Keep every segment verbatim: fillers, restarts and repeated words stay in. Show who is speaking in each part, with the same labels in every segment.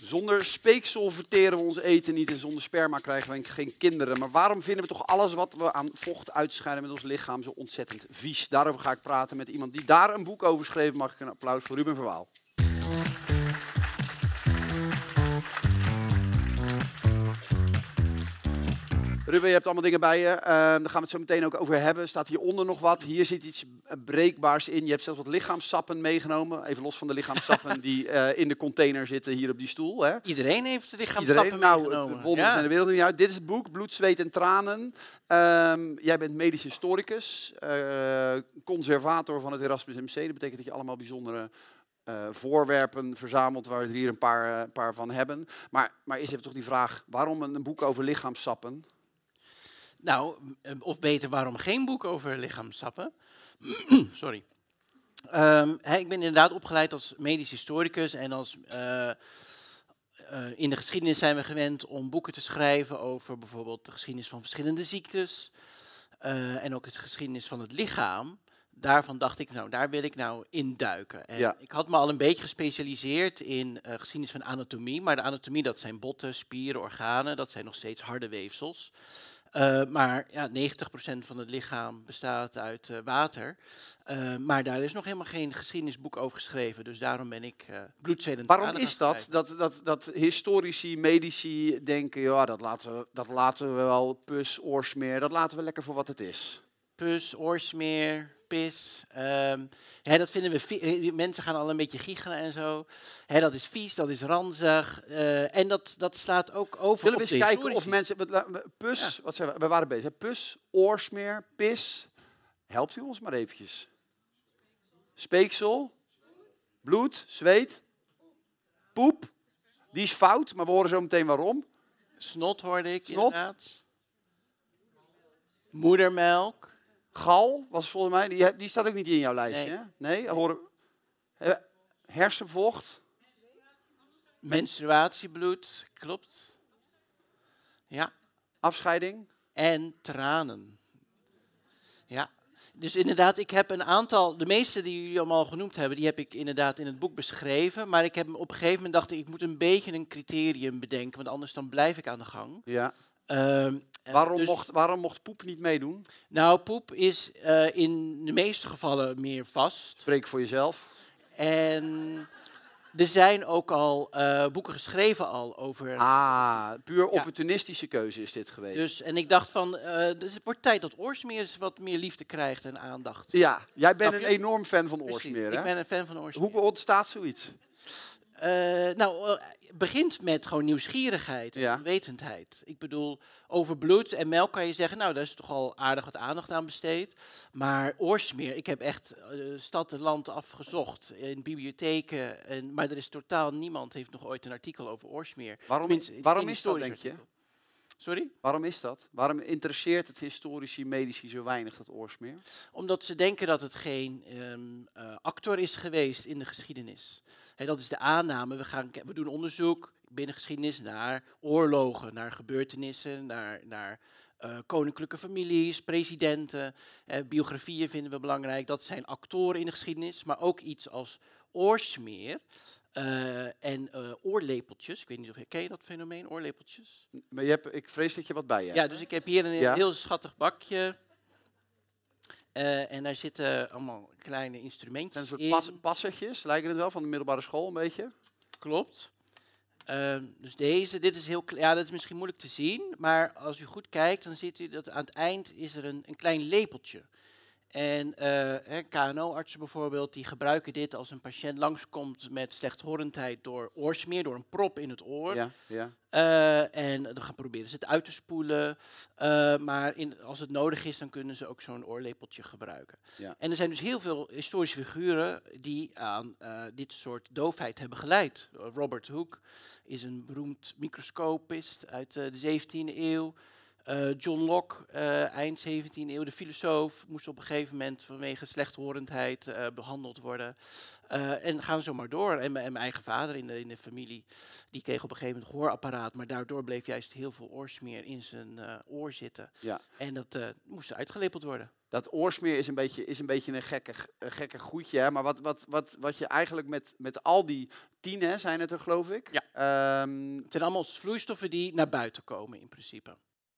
Speaker 1: Zonder speeksel verteren we ons eten niet en zonder sperma krijgen we geen kinderen. Maar waarom vinden we toch alles wat we aan vocht uitscheiden met ons lichaam zo ontzettend vies? Daarover ga ik praten met iemand die daar een boek over schreef. Mag ik een applaus voor Ruben Verwaal. Ruben, je hebt allemaal dingen bij je. Uh, daar gaan we het zo meteen ook over hebben. Staat hieronder nog wat. Hier zit iets breekbaars in. Je hebt zelfs wat lichaamssappen meegenomen. Even los van de lichaamssappen die uh, in de container zitten hier op die stoel. Hè.
Speaker 2: Iedereen heeft de lichaamssappen
Speaker 1: Iedereen, nou,
Speaker 2: meegenomen.
Speaker 1: De wonderen zijn de wereld niet uit. Dit is het boek, Bloed, Zweet en Tranen. Um, jij bent medisch historicus. Uh, conservator van het Erasmus M C. Dat betekent dat je allemaal bijzondere uh, voorwerpen verzamelt. Waar we er hier een paar, uh, paar van hebben. Maar, maar eerst even toch die vraag. Waarom een, een boek over lichaamssappen?
Speaker 2: Nou, of beter, waarom geen boek over lichaamssappen? Sorry. Um, hey, ik ben inderdaad opgeleid als medisch historicus en als, uh, uh, in de geschiedenis zijn we gewend om boeken te schrijven over bijvoorbeeld de geschiedenis van verschillende ziektes uh, en ook de geschiedenis van het lichaam. Daarvan dacht ik, nou, daar wil ik nou induiken. En
Speaker 1: ja.
Speaker 2: Ik had me al een beetje gespecialiseerd in uh, geschiedenis van anatomie, maar de anatomie, dat zijn botten, spieren, organen, dat zijn nog steeds harde weefsels. Uh, maar ja, negentig procent van het lichaam bestaat uit uh, water. Uh, maar daar is nog helemaal geen geschiedenisboek over geschreven. Dus daarom ben ik uh, bloed, zweet en tranen.
Speaker 1: Waarom is dat? Dat, dat? Dat historici, medici denken, ja, dat laten we, dat laten we wel, pus, oorsmeer, dat laten we lekker voor wat het is.
Speaker 2: Pus, oorsmeer, pis. Um, hè, dat vinden we vie- mensen gaan al een beetje giechelen en zo. Hè, dat is vies, dat is ranzig. Uh, en dat, dat slaat ook over.
Speaker 1: Willen
Speaker 2: op
Speaker 1: we eens
Speaker 2: de
Speaker 1: kijken
Speaker 2: historici.
Speaker 1: of mensen. Pus,
Speaker 2: Ja.
Speaker 1: wat zijn we? We waren bezig. Pus, oorsmeer, pis. Helpt u ons maar eventjes. Speeksel, bloed, zweet, poep. Die is fout, maar we horen zo meteen waarom.
Speaker 2: Snot hoorde ik
Speaker 1: Snot.
Speaker 2: inderdaad. Moedermelk.
Speaker 1: Gal was volgens mij, die, die staat ook niet in jouw lijstje.
Speaker 2: Nee.
Speaker 1: Hè? Nee, horen. Hersenvocht.
Speaker 2: Menstruatiebloed, klopt. Ja.
Speaker 1: Afscheiding.
Speaker 2: En tranen. Ja. Dus inderdaad, ik heb een aantal, de meeste die jullie allemaal genoemd hebben, die heb ik inderdaad in het boek beschreven. Maar ik heb op een gegeven moment dacht ik, ik moet een beetje een criterium bedenken, want anders dan blijf ik aan de gang.
Speaker 1: Ja.
Speaker 2: Um,
Speaker 1: Waarom,
Speaker 2: dus,
Speaker 1: mocht, waarom mocht poep niet meedoen?
Speaker 2: Nou, poep is uh, in de meeste gevallen meer vast.
Speaker 1: Spreek voor jezelf.
Speaker 2: En er zijn ook al uh, boeken geschreven al over.
Speaker 1: Ah, puur
Speaker 2: Ja.
Speaker 1: opportunistische keuze is dit geweest.
Speaker 2: Dus, en ik dacht van, uh, dus het wordt tijd dat oorsmeer eens wat meer liefde krijgt en aandacht.
Speaker 1: Ja, jij bent
Speaker 2: Snap
Speaker 1: een
Speaker 2: je?
Speaker 1: enorm fan van
Speaker 2: Precies,
Speaker 1: oorsmeer, hè?
Speaker 2: ik ben een fan van oorsmeer.
Speaker 1: Hoe ontstaat zoiets?
Speaker 2: Uh, nou, uh, het begint met gewoon nieuwsgierigheid en
Speaker 1: Ja.
Speaker 2: onwetendheid. Ik bedoel, over bloed en melk kan je zeggen, nou, daar is toch al aardig wat aandacht aan besteed. Maar oorsmeer, ik heb echt uh, stad en land afgezocht in bibliotheken. En, maar er is totaal niemand heeft nog ooit een artikel over oorsmeer.
Speaker 1: Waarom,
Speaker 2: Tenminste,
Speaker 1: waarom
Speaker 2: geen
Speaker 1: is dat,
Speaker 2: historisch
Speaker 1: denk je?
Speaker 2: artikel. Sorry?
Speaker 1: Waarom is dat? Waarom interesseert het historici, medici zo weinig, dat oorsmeer?
Speaker 2: Omdat ze denken dat het geen um, uh, actor is geweest in de geschiedenis. He, dat is de aanname. We, gaan, we doen onderzoek binnen geschiedenis naar oorlogen, naar gebeurtenissen, naar, naar uh, koninklijke families, presidenten. Uh, biografieën vinden we belangrijk. Dat zijn actoren in de geschiedenis, maar ook iets als oorsmeer uh, en uh, oorlepeltjes. Ik weet niet of je ken je dat fenomeen, oorlepeltjes?
Speaker 1: Maar je hebt, ik vrees dat je wat bij je hebt.
Speaker 2: Ja, dus ik heb hier een
Speaker 1: Ja.
Speaker 2: heel schattig bakje. Uh, en daar zitten allemaal kleine instrumentjes
Speaker 1: Een soort
Speaker 2: in.
Speaker 1: pas, passertjes, lijken het wel, van de middelbare school een beetje.
Speaker 2: Klopt. Uh, dus deze, dit is heel, kle- ja, dat is misschien moeilijk te zien, maar als u goed kijkt, dan ziet u dat aan het eind is er een, een klein lepeltje. En uh, K N O-artsen bijvoorbeeld, die gebruiken dit als een patiënt langskomt met slechthorendheid door oorsmeer, door een prop in het oor.
Speaker 1: Ja, ja.
Speaker 2: Uh, en dan gaan proberen ze het uit te spoelen. Uh, maar in, als het nodig is, dan kunnen ze ook zo'n oorlepeltje gebruiken.
Speaker 1: Ja.
Speaker 2: En er zijn dus heel veel historische figuren die aan uh, dit soort doofheid hebben geleid. Robert Hooke is een beroemd microscopist uit uh, de zeventiende eeuw. Uh, John Locke, uh, eind zeventiende eeuw, de filosoof, moest op een gegeven moment vanwege slechthorendheid uh, behandeld worden. Uh, en gaan we zo maar door. En, mijn eigen vader in de, in de familie, die kreeg op een gegeven moment een hoorapparaat, maar daardoor bleef juist heel veel oorsmeer in zijn uh, oor zitten.
Speaker 1: Ja.
Speaker 2: En dat uh, moest uitgelepeld worden.
Speaker 1: dat oorsmeer is een beetje, is een, beetje een, gekke, een gekke goedje. Hè? Maar wat, wat, wat, wat je eigenlijk met, met al die tien, hè, zijn het er geloof ik.
Speaker 2: Ja.
Speaker 1: Ehm,
Speaker 2: Het zijn allemaal vloeistoffen die naar buiten komen in principe.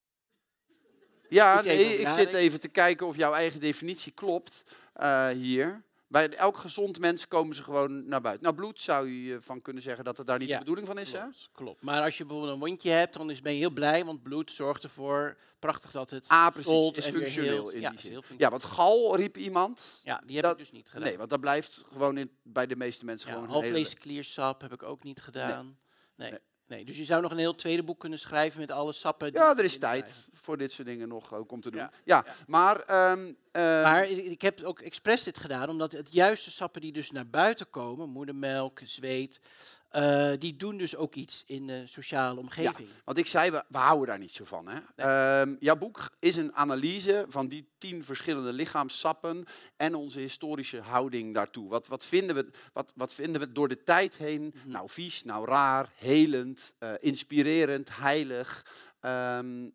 Speaker 1: ja,
Speaker 2: Moet je even
Speaker 1: nee,
Speaker 2: over
Speaker 1: ik zit
Speaker 2: nadenken.
Speaker 1: even te kijken of jouw eigen definitie klopt eh, hier. Bij elk gezond mens komen ze gewoon naar buiten. Nou, bloed zou je van kunnen zeggen dat het daar niet
Speaker 2: Ja,
Speaker 1: de bedoeling van is, hè?
Speaker 2: Klopt, klopt. Maar als je bijvoorbeeld een wondje hebt, dan is, ben je heel blij, want bloed zorgt ervoor, prachtig dat het
Speaker 1: Ah, precies,
Speaker 2: stolt
Speaker 1: is
Speaker 2: en weer
Speaker 1: functioneel
Speaker 2: heelt.
Speaker 1: in
Speaker 2: Ja,
Speaker 1: die
Speaker 2: is
Speaker 1: zin.
Speaker 2: heel
Speaker 1: Ja,
Speaker 2: functioneel.
Speaker 1: want gal riep iemand.
Speaker 2: Ja, die heb
Speaker 1: dat-
Speaker 2: ik dus niet gedaan.
Speaker 1: Nee, want dat blijft gewoon in, bij de meeste mensen
Speaker 2: Ja,
Speaker 1: gewoon een hele...
Speaker 2: halfvleeskliersap heb ik ook niet gedaan. Nee.
Speaker 1: Nee.
Speaker 2: Nee. Dus je zou nog een heel tweede boek kunnen schrijven met alle sappen. die
Speaker 1: Ja,
Speaker 2: je
Speaker 1: er is
Speaker 2: kunt
Speaker 1: tijd
Speaker 2: krijgen.
Speaker 1: voor dit soort dingen nog ook om te doen. Ja,
Speaker 2: Ja, ja.
Speaker 1: maar... ehm, ehm,
Speaker 2: Maar ik ik heb ook expres dit gedaan, omdat het juiste sappen die dus naar buiten komen, moedermelk, zweet, eh, die doen dus ook iets in de sociale omgeving.
Speaker 1: Want ik zei, we, we houden daar niet zo van. Hè? Ehm, jouw boek is een analyse van die tien verschillende lichaamssappen en onze historische houding daartoe. Wat, wat, vinden, we, wat, wat vinden we door de tijd heen
Speaker 2: Mhm.
Speaker 1: nou vies, nou raar, helend, eh, inspirerend, heilig? Ehm,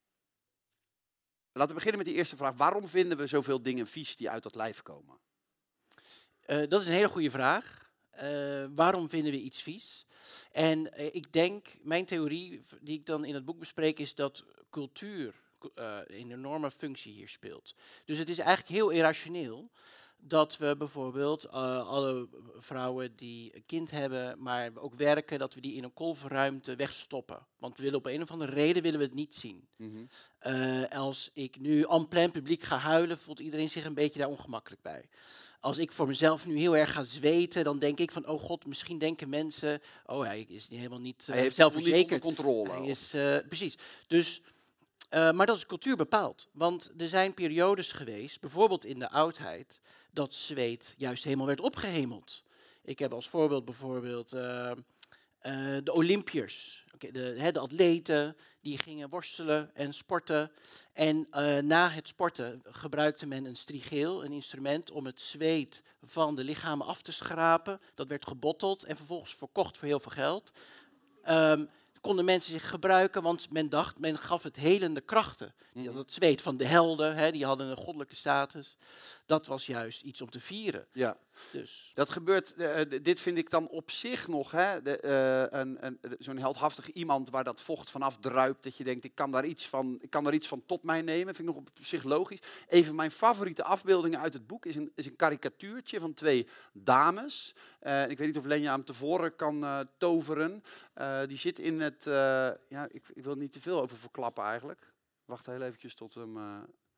Speaker 1: laten we beginnen met die eerste vraag. Waarom vinden we zoveel dingen vies die uit dat lijf komen?
Speaker 2: Eh, dat is een hele goede vraag. Eh, waarom vinden we iets vies? En eh, ik denk, mijn theorie v- die ik dan in het boek bespreek, is dat cultuur cu- eh, een enorme functie hier speelt. Dus het is eigenlijk heel irrationeel dat we bijvoorbeeld eh, alle vrouwen die een kind hebben, maar ook werken, dat we die in een kolfruimte wegstoppen. Want we willen op een of andere reden willen we het niet zien.
Speaker 1: Mhm.
Speaker 2: Eh, als ik nu en plein publiek ga huilen, voelt iedereen zich een beetje daar ongemakkelijk bij. Als ik voor mezelf nu heel erg ga zweten, dan denk ik van, oh god, misschien denken mensen, oh hij is niet helemaal niet uh,
Speaker 1: Hij heeft het niet onder
Speaker 2: zelfverzekerd.
Speaker 1: controle.
Speaker 2: Hij
Speaker 1: of-
Speaker 2: is, uh, precies. Dus, uh, maar dat is cultuur bepaald. Want er zijn periodes geweest, bijvoorbeeld in de oudheid, dat zweet juist helemaal werd opgehemeld. Ik heb als voorbeeld bijvoorbeeld uh, uh, de Olympiërs, okay, de, hè, de atleten, die gingen worstelen en sporten. En uh, na het sporten gebruikte men een strigeel, een instrument, om het zweet van de lichamen af te schrapen. Dat werd gebotteld en vervolgens verkocht voor heel veel geld. Um, konden mensen zich gebruiken, want men dacht, men gaf het helende krachten. Die hadden het zweet van de helden, hè, die hadden een goddelijke status. Dat was juist iets om te vieren.
Speaker 1: Ja.
Speaker 2: Dus.
Speaker 1: Dat gebeurt, uh, dit vind ik dan op zich nog, hè, de, uh, een, een, zo'n heldhaftig iemand waar dat vocht vanaf druipt, dat je denkt, ik kan daar iets van, ik kan daar iets van tot mij nemen, vind ik nog op zich logisch. Een van mijn favoriete afbeeldingen uit het boek is een, is een karikatuurtje van twee dames. Uh, ik weet niet of Lenja hem tevoren kan uh, toveren. Uh, die zit in het, uh, ja, ik, ik wil er niet te veel over verklappen eigenlijk. Wacht heel eventjes tot hem, uh,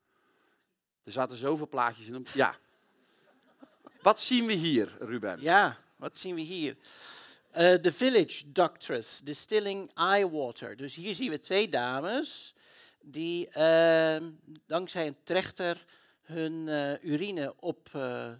Speaker 1: er zaten zoveel plaatjes in hem, ja. Wat zien we hier, Ruben?
Speaker 2: Ja, wat zien we hier? Uh, The Village Doctress, Distilling Eye Water. Dus hier zien we twee dames die uh, dankzij een trechter hun uh, urine op, uh,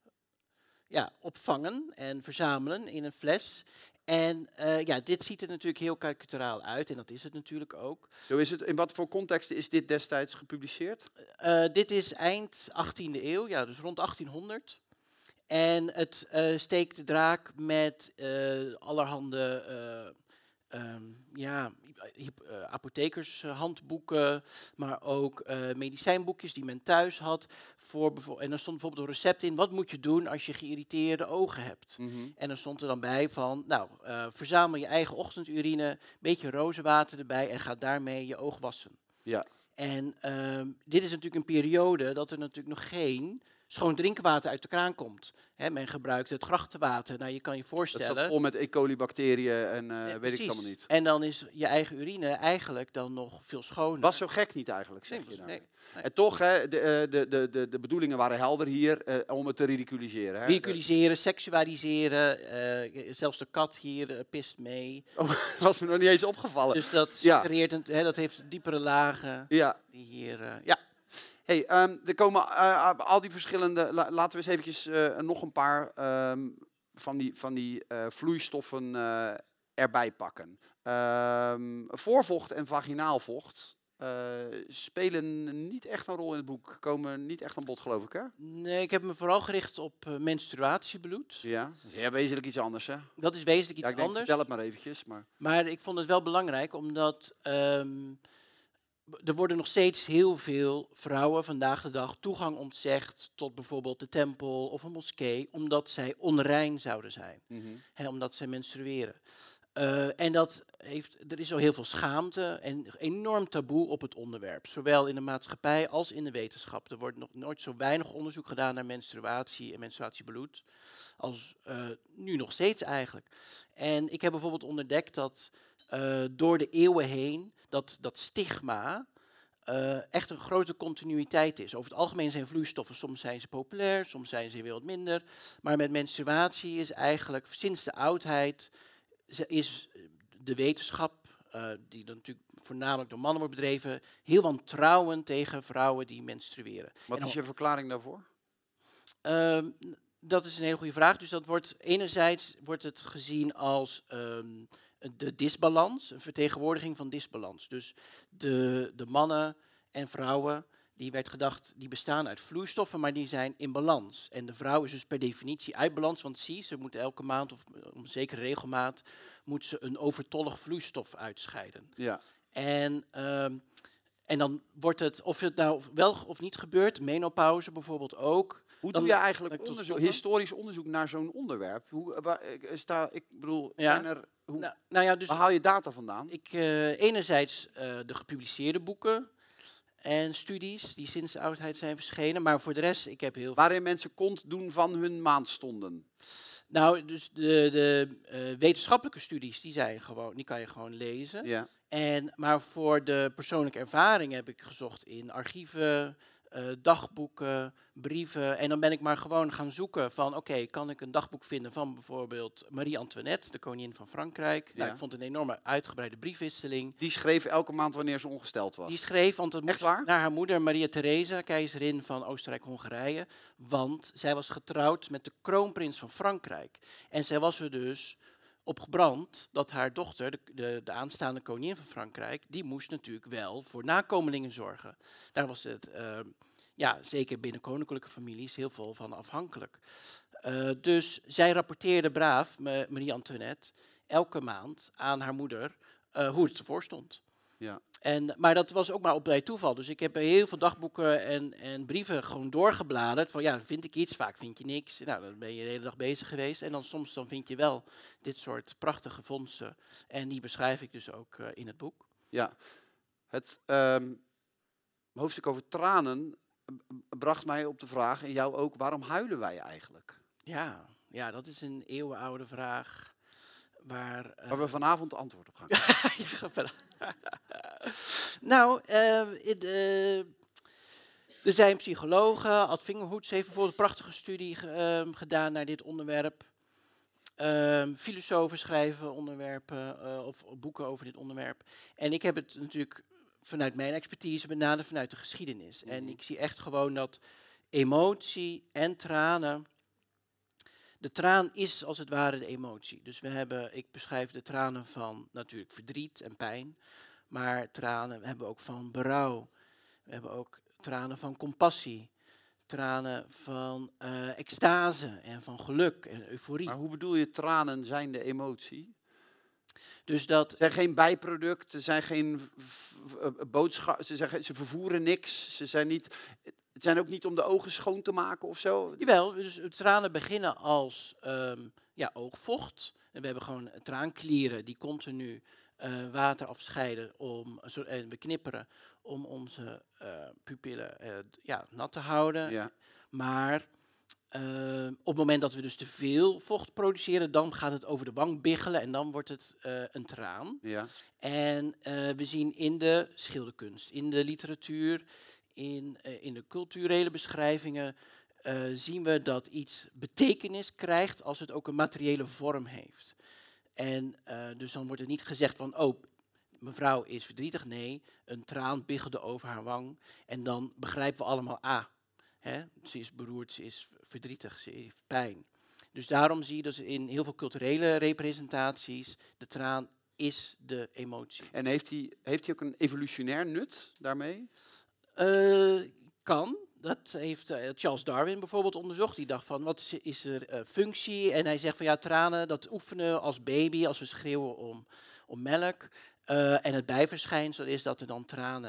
Speaker 2: ja, opvangen en verzamelen in een fles. En uh, ja, dit ziet er natuurlijk heel karikaturaal uit en dat is het natuurlijk ook.
Speaker 1: Zo is het. In wat voor contexten is dit destijds gepubliceerd?
Speaker 2: Uh, dit is eind achttiende eeuw, ja, dus rond achttienhonderd. En het uh, steekt de draak met uh, allerhande uh, um, ja, uh, apothekershandboeken, maar ook uh, medicijnboekjes die men thuis had. Voor en er stond bijvoorbeeld een recept in, wat moet je doen als je geïrriteerde ogen hebt? Mm-hmm. En er stond er dan bij van, nou, uh, verzamel je eigen ochtendurine, beetje rozenwater erbij en ga daarmee je oog wassen.
Speaker 1: Ja.
Speaker 2: En uh, dit is natuurlijk een periode dat er natuurlijk nog geen schoon drinkwater uit de kraan komt. He, men gebruikt het grachtenwater. Nou, je kan je voorstellen.
Speaker 1: Dat staat vol met E. coli bacteriën en uh,
Speaker 2: ja,
Speaker 1: weet ik het allemaal niet.
Speaker 2: En dan is je eigen urine eigenlijk dan nog veel schoner.
Speaker 1: Was zo gek niet eigenlijk, zeg
Speaker 2: nee,
Speaker 1: je nou.
Speaker 2: Nee, nee.
Speaker 1: En toch, hè, de, de, de, de, de bedoelingen waren helder hier uh, om het te ridiculiseren. Hè?
Speaker 2: Ridiculiseren, seksualiseren. Uh, zelfs de kat hier uh, pist mee.
Speaker 1: Oh, was me nog niet eens opgevallen.
Speaker 2: Dus dat suggereert, ja. He, dat heeft diepere lagen.
Speaker 1: Ja.
Speaker 2: Die hier, uh, ja.
Speaker 1: Hey, um, er komen uh, al die verschillende. La, laten we eens eventjes uh, nog een paar um, van die, van die uh, vloeistoffen uh, erbij pakken. Um, voorvocht en vaginaalvocht uh, spelen niet echt een rol in het boek. Komen niet echt aan bod, geloof ik, hè?
Speaker 2: Nee, ik heb me vooral gericht op uh, menstruatiebloed.
Speaker 1: Ja, dat is heel wezenlijk iets anders, hè?
Speaker 2: Dat is wezenlijk iets
Speaker 1: ja, ik denk,
Speaker 2: anders.
Speaker 1: Vertel het maar eventjes. Maar,
Speaker 2: maar ik vond het wel belangrijk, omdat. Um, er worden nog steeds heel veel vrouwen vandaag de dag toegang ontzegd tot bijvoorbeeld de tempel of een moskee, omdat zij onrein zouden zijn,
Speaker 1: Mhm.
Speaker 2: hè, omdat zij menstrueren. Uh, en dat heeft, er is al heel veel schaamte en enorm taboe op het onderwerp, zowel in de maatschappij als in de wetenschap. Er wordt nog nooit zo weinig onderzoek gedaan naar menstruatie en menstruatiebloed als uh, nu nog steeds eigenlijk. En ik heb bijvoorbeeld ontdekt dat uh, door de eeuwen heen dat, dat stigma uh, echt een grote continuïteit is. Over het algemeen zijn vloeistoffen, soms zijn ze populair, soms zijn ze weer wat minder. Maar met menstruatie is eigenlijk sinds de oudheid is de wetenschap, uh, die dan natuurlijk voornamelijk door mannen wordt bedreven, heel wantrouwend tegen vrouwen die menstrueren.
Speaker 1: Wat
Speaker 2: en
Speaker 1: is je verklaring daarvoor?
Speaker 2: Uh, dat is een hele goede vraag. Dus dat wordt enerzijds wordt het gezien als um, de disbalans, een vertegenwoordiging van disbalans. Dus de, de mannen en vrouwen, die werd gedacht, die bestaan uit vloeistoffen, maar die zijn in balans. En de vrouw is dus per definitie uit balans, want zie, ze moet elke maand of om een zekere regelmaat moet ze een overtollig vloeistof uitscheiden.
Speaker 1: Ja.
Speaker 2: En, um, en dan wordt het, of het nou wel of niet gebeurt, menopauze bijvoorbeeld ook.
Speaker 1: Hoe
Speaker 2: dan,
Speaker 1: doe je eigenlijk
Speaker 2: onderzoek,
Speaker 1: onderzoek, historisch onderzoek naar zo'n onderwerp? Hoe, waar, sta, ik bedoel,
Speaker 2: ja.
Speaker 1: zijn er, hoe,
Speaker 2: nou, nou ja, dus
Speaker 1: waar haal je data vandaan?
Speaker 2: Ik, uh, enerzijds uh, de gepubliceerde boeken en studies die sinds de oudheid zijn verschenen, maar voor de rest, ik heb heel
Speaker 1: Waarin mensen kont doen van hun maandstonden.
Speaker 2: Nou, dus de, de uh, wetenschappelijke studies, die zijn gewoon, die kan je gewoon lezen.
Speaker 1: Ja.
Speaker 2: En, maar voor de persoonlijke ervaring heb ik gezocht in archieven, uh, dagboeken, brieven. En dan ben ik maar gewoon gaan zoeken van, oké, okay, kan ik een dagboek vinden van bijvoorbeeld Marie-Antoinette, de koningin van Frankrijk.
Speaker 1: Ja.
Speaker 2: Nou, ik vond een enorme uitgebreide briefwisseling.
Speaker 1: Die schreef elke maand wanneer ze ongesteld was.
Speaker 2: Die schreef, want het moest
Speaker 1: waar?
Speaker 2: naar haar moeder Maria Theresa, keizerin van Oostenrijk-Hongarije. Want zij was getrouwd met de kroonprins van Frankrijk. En zij was er dus op gebrand dat haar dochter, de, de, de aanstaande koningin van Frankrijk, die moest natuurlijk wel voor nakomelingen zorgen. Daar was het, uh, ja, zeker binnen koninklijke families, heel veel van afhankelijk. Uh, dus zij rapporteerde braaf, Marie-Antoinette, elke maand aan haar moeder uh, hoe het ervoor stond.
Speaker 1: Ja.
Speaker 2: En, maar dat was ook maar op bij toeval. Dus ik heb heel veel dagboeken en, en brieven gewoon doorgebladerd. Van ja, vind ik iets, vaak vind je niks. Nou, dan ben je de hele dag bezig geweest. En dan soms dan vind je wel dit soort prachtige vondsten. En die beschrijf ik dus ook uh, in het boek.
Speaker 1: Ja, het um, hoofdstuk over tranen bracht mij op de vraag, en jou ook, waarom huilen wij eigenlijk?
Speaker 2: Ja, ja, dat is een eeuwenoude vraag. Waar, uh,
Speaker 1: waar we vanavond antwoord op gaan krijgen.
Speaker 2: Nou, uh, in, uh, er zijn psychologen. Ad Vingerhoets heeft bijvoorbeeld een prachtige studie uh, gedaan naar dit onderwerp. Uh, filosofen schrijven onderwerpen uh, of boeken over dit onderwerp. En ik heb het natuurlijk vanuit mijn expertise benaderd vanuit de geschiedenis. Mm-hmm. En ik zie echt gewoon dat emotie en tranen. De traan is als het ware de emotie. Dus we hebben, ik beschrijf de tranen van natuurlijk verdriet en pijn. Maar tranen hebben we ook van berouw. We hebben ook tranen van compassie. Tranen van uh, extase en van geluk en euforie.
Speaker 1: Maar hoe bedoel je tranen zijn de emotie?
Speaker 2: Dus dat...
Speaker 1: Ze zijn geen bijproduct, ze zijn geen boodschap, ze, zijn, ze vervoeren niks. Ze zijn niet... Het zijn ook niet om de ogen schoon te maken of zo?
Speaker 2: Jawel, dus tranen beginnen als um, ja, oogvocht. En we hebben gewoon traanklieren die continu uh, water afscheiden om, en beknipperen om onze uh, pupillen uh, ja, nat te houden.
Speaker 1: Ja.
Speaker 2: Maar uh, op het moment dat we dus te veel vocht produceren, dan gaat het over de wang biggelen en dan wordt het uh, een traan.
Speaker 1: Ja.
Speaker 2: En uh, we zien in de schilderkunst, in de literatuur, In, uh, in de culturele beschrijvingen uh, zien we dat iets betekenis krijgt als het ook een materiële vorm heeft. En uh, dus dan wordt het niet gezegd van, oh, mevrouw is verdrietig. Nee, een traan biggelde over haar wang. En dan begrijpen we allemaal, ah, hè, ze is beroerd, ze is verdrietig, ze heeft pijn. Dus daarom zie je dus in heel veel culturele representaties, de traan is de emotie.
Speaker 1: En heeft hij heeft hij ook een evolutionair nut daarmee?
Speaker 2: Uh, kan. Dat heeft uh, Charles Darwin bijvoorbeeld onderzocht. Die dacht van, wat is, is er uh, functie? En hij zegt van, ja, tranen, dat oefenen als baby, als we schreeuwen om, om melk. Uh, en het bijverschijnsel is dat er dan tranen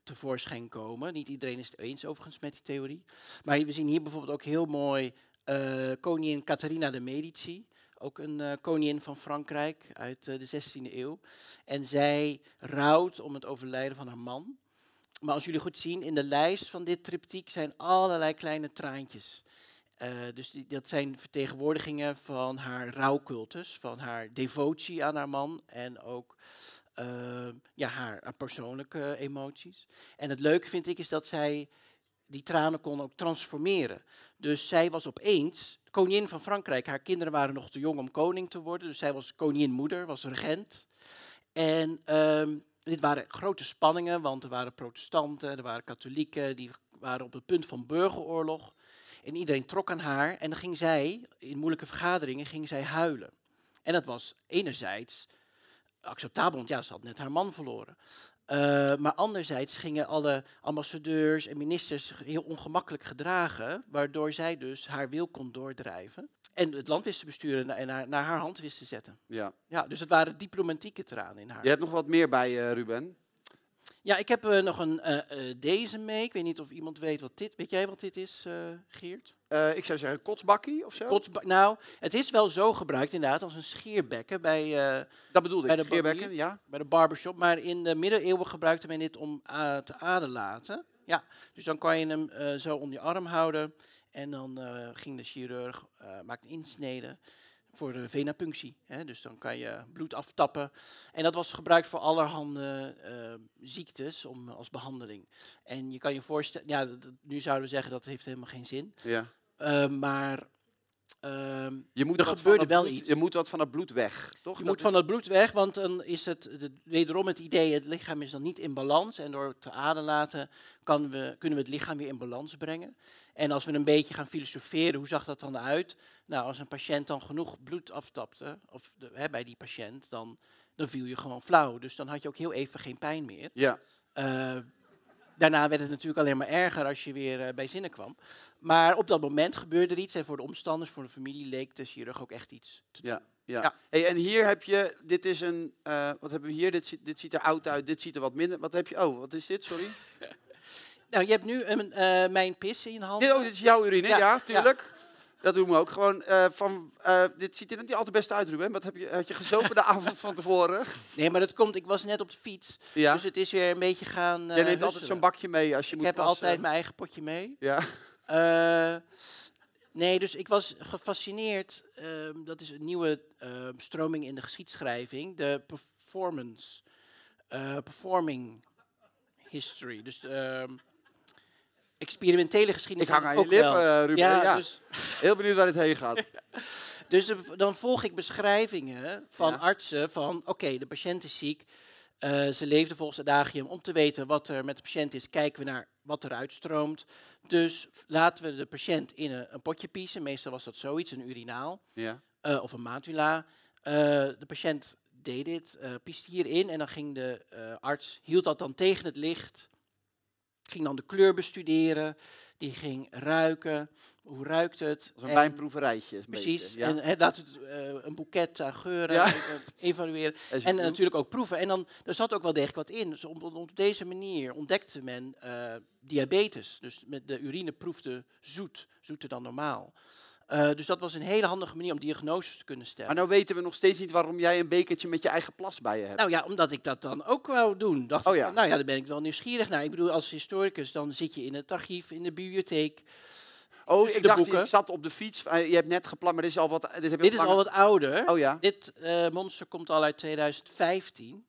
Speaker 2: tevoorschijn komen. Niet iedereen is het eens overigens met die theorie. Maar we zien hier bijvoorbeeld ook heel mooi uh, koningin Catharina de Medici. Ook een uh, koningin van Frankrijk uit uh, de zestiende eeuw. En zij rouwt om het overlijden van haar man. Maar als jullie goed zien, in de lijst van dit triptiek zijn allerlei kleine traantjes. Uh, dus die, dat zijn vertegenwoordigingen van haar rouwcultus, van haar devotie aan haar man en ook uh, ja, haar, haar persoonlijke emoties. En het leuke vind ik is dat zij die tranen kon ook transformeren. Dus zij was opeens koningin van Frankrijk. Haar kinderen waren nog te jong om koning te worden, dus zij was koningin-moeder, was regent. En um, dit waren grote spanningen, want er waren protestanten, er waren katholieken, die waren op het punt van burgeroorlog. En iedereen trok aan haar en dan ging zij, in moeilijke vergaderingen, ging zij huilen. En dat was enerzijds acceptabel, want ja, ze had net haar man verloren. Uh, maar anderzijds gingen alle ambassadeurs en ministers heel ongemakkelijk gedragen, waardoor zij dus haar wil kon doordrijven. En het land wist te besturen en naar, naar haar hand wist te zetten.
Speaker 1: Ja.
Speaker 2: Ja, dus het waren diplomatieke tranen in haar.
Speaker 1: Je hebt nog wat meer bij, uh, Ruben.
Speaker 2: Ja, ik heb uh, nog een, uh, uh, deze mee. Ik weet niet of iemand weet wat dit... Weet jij wat dit is, uh, Geert?
Speaker 1: Uh, ik zou zeggen kotsbakkie of zo.
Speaker 2: Kotsba- nou, het is wel zo gebruikt inderdaad als een scheerbekken bij... Uh,
Speaker 1: dat bedoelde
Speaker 2: bij
Speaker 1: ik,
Speaker 2: de
Speaker 1: scheerbekken, ja.
Speaker 2: Bij de barbershop. Maar in de middeleeuwen gebruikte men dit om uh, te aderlaten. Ja, dus dan kan je hem uh, zo om je arm houden. En dan uh, ging de chirurg, uh, maakt een insnede voor de venapunctie. Hè? Dus dan kan je bloed aftappen. En dat was gebruikt voor allerhande uh, ziektes om, als behandeling. En je kan je voorstellen, ja, dat, nu zouden we zeggen dat heeft helemaal geen zin.
Speaker 1: Ja.
Speaker 2: Uh, maar uh,
Speaker 1: je moet
Speaker 2: er gebeurde wel
Speaker 1: bloed,
Speaker 2: iets.
Speaker 1: Je moet wat van het bloed weg, toch?
Speaker 2: Je
Speaker 1: dat
Speaker 2: moet
Speaker 1: is...
Speaker 2: van dat bloed weg, want dan is het de, wederom het idee, het lichaam is dan niet in balans. En door te aderlaten kan we, kunnen we het lichaam weer in balans brengen. En als we een beetje gaan filosoferen, hoe zag dat dan uit? Nou, als een patiënt dan genoeg bloed aftapte, of de, hè, bij die patiënt, dan, dan viel je gewoon flauw. Dus dan had je ook heel even geen pijn meer.
Speaker 1: Ja.
Speaker 2: Uh, daarna werd het natuurlijk alleen maar erger als je weer uh, bij zinnen kwam. Maar op dat moment gebeurde er iets. En voor de omstanders, voor de familie, leek de chirurg ook echt iets te doen.
Speaker 1: Ja. Ja.
Speaker 2: Ja.
Speaker 1: Hey, en hier heb je, dit is een, uh, wat hebben we hier? Dit, dit ziet er oud uit, dit ziet er wat minder. Wat heb je? Oh, wat is dit? Sorry.
Speaker 2: Nou, je hebt nu um, uh, mijn pis in je hand.
Speaker 1: Dit, oh, dit is jouw urine, ja,
Speaker 2: ja
Speaker 1: tuurlijk.
Speaker 2: Ja.
Speaker 1: Dat doen we ook gewoon. Uh, van, uh, dit ziet er niet altijd best uit, Ruben. Wat heb je, had je gezopen de avond van tevoren?
Speaker 2: Nee, maar dat komt, ik was net op de fiets. Ja. Dus het is weer een beetje gaan uh,
Speaker 1: Jij neemt altijd zo'n bakje mee als je
Speaker 2: ik
Speaker 1: moet
Speaker 2: heb
Speaker 1: passen.
Speaker 2: altijd mijn eigen potje mee.
Speaker 1: Ja.
Speaker 2: Uh, nee, dus ik was gefascineerd. Uh, dat is een nieuwe uh, stroming in de geschiedschrijving. De performance. Uh, performing history. Dus uh, experimentele geschiedenis.
Speaker 1: Ik hang aan je lippen, uh, Ruben.
Speaker 2: Ja,
Speaker 1: ja.
Speaker 2: Dus
Speaker 1: heel benieuwd waar dit heen gaat.
Speaker 2: Dus uh, dan volg ik beschrijvingen van
Speaker 1: ja.
Speaker 2: artsen van, oké, okay, de patiënt is ziek. Uh, ze leefde volgens het adagium. Om te weten wat er met de patiënt is, kijken we naar wat er uitstroomt. Dus laten we de patiënt in een, een potje piezen. Meestal was dat zoiets, een urinaal.
Speaker 1: Ja.
Speaker 2: Uh, of een matula. Uh, de patiënt deed dit, uh, pieste hierin. En dan ging de uh, arts, hield dat dan tegen het licht. Ging dan de kleur bestuderen. Die ging ruiken. Hoe ruikt het?
Speaker 1: Als een wijnproeverijtje.
Speaker 2: Precies.
Speaker 1: Beetje, ja.
Speaker 2: En he, laten we uh, een boeket aan geuren
Speaker 1: ja.
Speaker 2: evalueren. En uh, natuurlijk ook proeven. En dan, er zat ook wel degelijk wat in. Dus op, op deze manier ontdekte men uh, diabetes. Dus met de urine proefde zoet. Zoeter dan normaal. Uh, dus dat was een hele handige manier om diagnoses te kunnen stellen.
Speaker 1: Maar nou weten we nog steeds niet waarom jij een bekertje met je eigen plas bij je hebt.
Speaker 2: Nou ja, omdat ik dat dan ook wou doen. Dacht
Speaker 1: oh
Speaker 2: ik,
Speaker 1: ja.
Speaker 2: Nou ja, daar ben ik wel nieuwsgierig naar. Ik bedoel, als historicus dan zit je in het archief, in de bibliotheek.
Speaker 1: Oh, ik dacht,
Speaker 2: boeken.
Speaker 1: je zat op de fiets. Uh, je hebt net gepland, maar dit is al wat... Dit, heb
Speaker 2: dit is al wat ouder.
Speaker 1: Oh ja.
Speaker 2: Dit uh, monster komt al uit tweeduizend vijftien.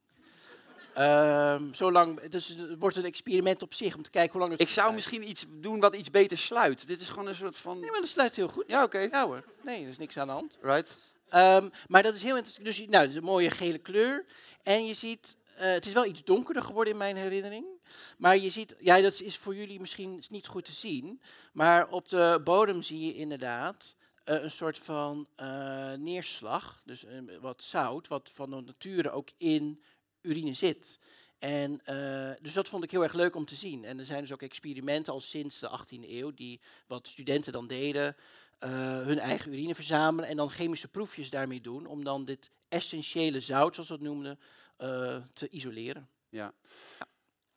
Speaker 2: Um, zolang, dus het wordt een experiment op zich om te kijken hoe lang het...
Speaker 1: Ik zou misschien iets doen wat iets beter sluit. Dit is gewoon een soort van...
Speaker 2: Nee, maar dat sluit heel goed.
Speaker 1: Ja, oké. Okay.
Speaker 2: Ja hoor. Nee, er is niks aan de hand.
Speaker 1: Right.
Speaker 2: Um, maar dat is heel interessant. Dus nou, het is een mooie gele kleur. En je ziet, uh, het is wel iets donkerder geworden in mijn herinnering. Maar je ziet, ja, dat is voor jullie misschien niet goed te zien. Maar op de bodem zie je inderdaad uh, een soort van uh, neerslag. Dus uh, wat zout, wat van de nature ook in urine zit. En, uh, dus dat vond ik heel erg leuk om te zien. En er zijn dus ook experimenten al sinds de achttiende eeuw... die wat studenten dan deden... Uh, hun eigen urine verzamelen en dan chemische proefjes daarmee doen... om dan dit essentiële zout, zoals we het noemden, uh, te isoleren.
Speaker 1: Ja.
Speaker 2: ja.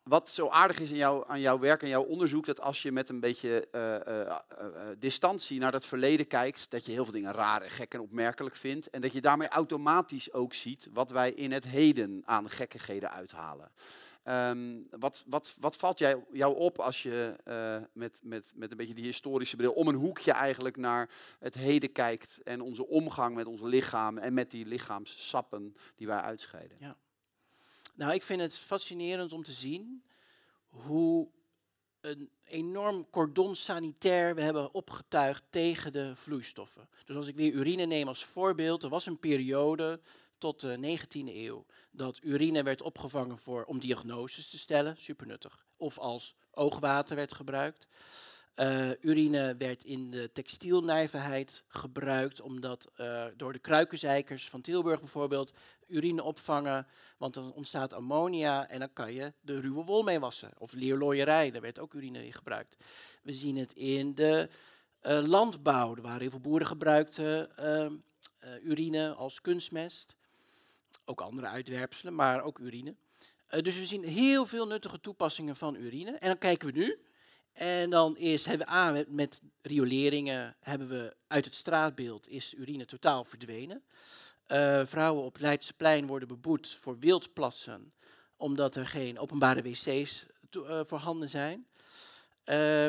Speaker 1: wat zo aardig is aan, jou, aan jouw werk en jouw onderzoek, dat als je met een beetje uh, uh, uh, uh, distantie naar het verleden kijkt, dat je heel veel dingen raar en gek en opmerkelijk vindt. En dat je daarmee automatisch ook ziet wat wij in het heden aan gekkigheden uithalen. Um, wat, wat, wat valt jij, jou op als je uh, met, met, met een beetje die historische bril om een hoekje eigenlijk naar het heden kijkt en onze omgang met ons lichaam en met die lichaamssappen die wij uitscheiden?
Speaker 2: Ja. Nou, ik vind het fascinerend om te zien hoe een enorm cordon sanitair we hebben opgetuigd tegen de vloeistoffen. Dus als ik weer urine neem als voorbeeld, er was een periode tot de negentiende eeuw dat urine werd opgevangen voor, om diagnoses te stellen, super nuttig. Of als oogwater werd gebruikt. Uh, urine werd in de textielnijverheid gebruikt, omdat uh, door de kruikenzeikers van Tilburg bijvoorbeeld urine opvangen, want dan ontstaat ammonia en dan kan je de ruwe wol mee wassen. Of leerlooierij, daar werd ook urine in gebruikt. We zien het in de uh, landbouw, er waren heel veel boeren gebruikten uh, uh, urine als kunstmest. Ook andere uitwerpselen, maar ook urine. Uh, dus we zien heel veel nuttige toepassingen van urine. En dan kijken we nu. En dan is, hebben we A, met, met rioleringen, hebben we uit het straatbeeld, is urine totaal verdwenen. Uh, vrouwen op Leidseplein worden beboet voor wildplassen, omdat er geen openbare wc's to, uh, voorhanden zijn. Uh,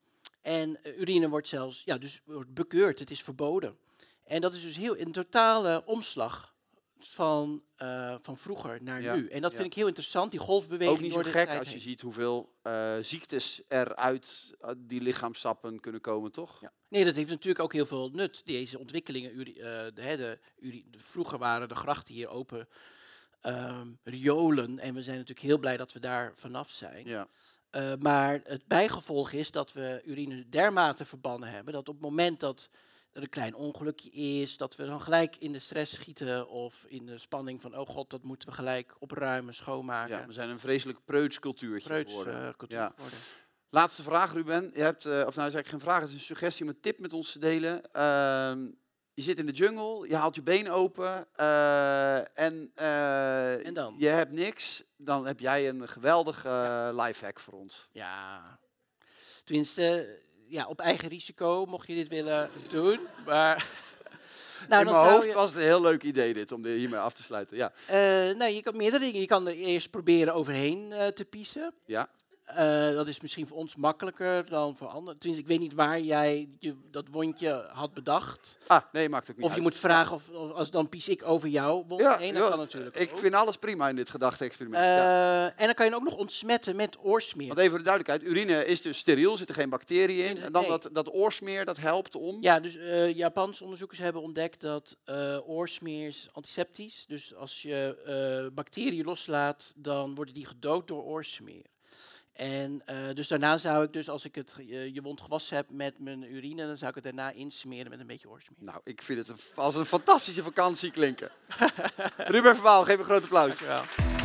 Speaker 2: en uh, urine wordt zelfs, ja, dus wordt bekeurd, het is verboden. En dat is dus heel een totale omslag van, uh, van vroeger naar
Speaker 1: ja,
Speaker 2: nu. En dat
Speaker 1: ja.
Speaker 2: vind ik heel interessant, die golfbeweging.
Speaker 1: Ook niet
Speaker 2: door
Speaker 1: zo
Speaker 2: de
Speaker 1: gek
Speaker 2: tijd
Speaker 1: als je
Speaker 2: heen.
Speaker 1: ziet hoeveel uh, ziektes er uit uh, die lichaamssappen kunnen komen, toch?
Speaker 2: Ja. Nee, dat heeft natuurlijk ook heel veel nut, deze ontwikkelingen. Uri, uh, de, de, uri, de, vroeger waren de grachten hier open um, riolen en we zijn natuurlijk heel blij dat we daar vanaf zijn.
Speaker 1: Ja.
Speaker 2: Uh, maar het bijgevolg is dat we urine dermate verbannen hebben, dat op het moment dat er een klein ongelukje is, dat we dan gelijk in de stress schieten of in de spanning van, oh god, dat moeten we gelijk opruimen, schoonmaken.
Speaker 1: Ja, we zijn een vreselijk preutscultuurtje
Speaker 2: Preuts,
Speaker 1: geworden.
Speaker 2: uh, cultuur
Speaker 1: Ja.
Speaker 2: geworden.
Speaker 1: Laatste vraag, Ruben. Je hebt, uh, of nou is eigenlijk geen vraag, het is een suggestie om een tip met ons te delen. Uh, je zit in de jungle, je haalt je been open uh, en, uh,
Speaker 2: En dan?
Speaker 1: je hebt niks. Dan heb jij een geweldige uh, lifehack voor ons.
Speaker 2: Ja, tenminste, ja, op eigen risico mocht je dit willen doen, maar...
Speaker 1: Nou, in
Speaker 2: dan
Speaker 1: mijn
Speaker 2: zou
Speaker 1: hoofd
Speaker 2: je,
Speaker 1: was het een heel leuk idee dit, om hiermee af te sluiten. Ja.
Speaker 2: Uh, nou, je kan meerdere dingen. Je kan er eerst proberen overheen uh, te piezen.
Speaker 1: Ja.
Speaker 2: Uh, dat is misschien voor ons makkelijker dan voor anderen. Tenminste, ik weet niet waar jij je, dat wondje had bedacht.
Speaker 1: Ah, nee, maakt ook niet
Speaker 2: Of je
Speaker 1: uit.
Speaker 2: moet vragen, of, of als dan pies ik over jou wond
Speaker 1: Ja,
Speaker 2: heen, dat
Speaker 1: ja,
Speaker 2: kan natuurlijk
Speaker 1: ik
Speaker 2: ook.
Speaker 1: vind alles prima in dit gedachte-experiment.
Speaker 2: Uh,
Speaker 1: ja.
Speaker 2: En dan kan je hem ook nog ontsmetten met oorsmeer.
Speaker 1: Want even voor de duidelijkheid, urine is dus steriel, er zitten geen bacteriën in. En dan
Speaker 2: Nee.
Speaker 1: dat, dat oorsmeer, dat helpt om...
Speaker 2: Ja, dus uh, Japanse onderzoekers hebben ontdekt dat uh, oorsmeer is antiseptisch. Dus als je uh, bacteriën loslaat, dan worden die gedood door oorsmeer. En uh, dus daarna zou ik dus, als ik het, uh, je wond gewassen heb met mijn urine, dan zou ik het daarna insmeren met een beetje oorsmeer.
Speaker 1: Nou, ik vind het een, als een fantastische vakantie klinken. Ruben Verwaal, geef een groot applaus.
Speaker 2: Dankjewel.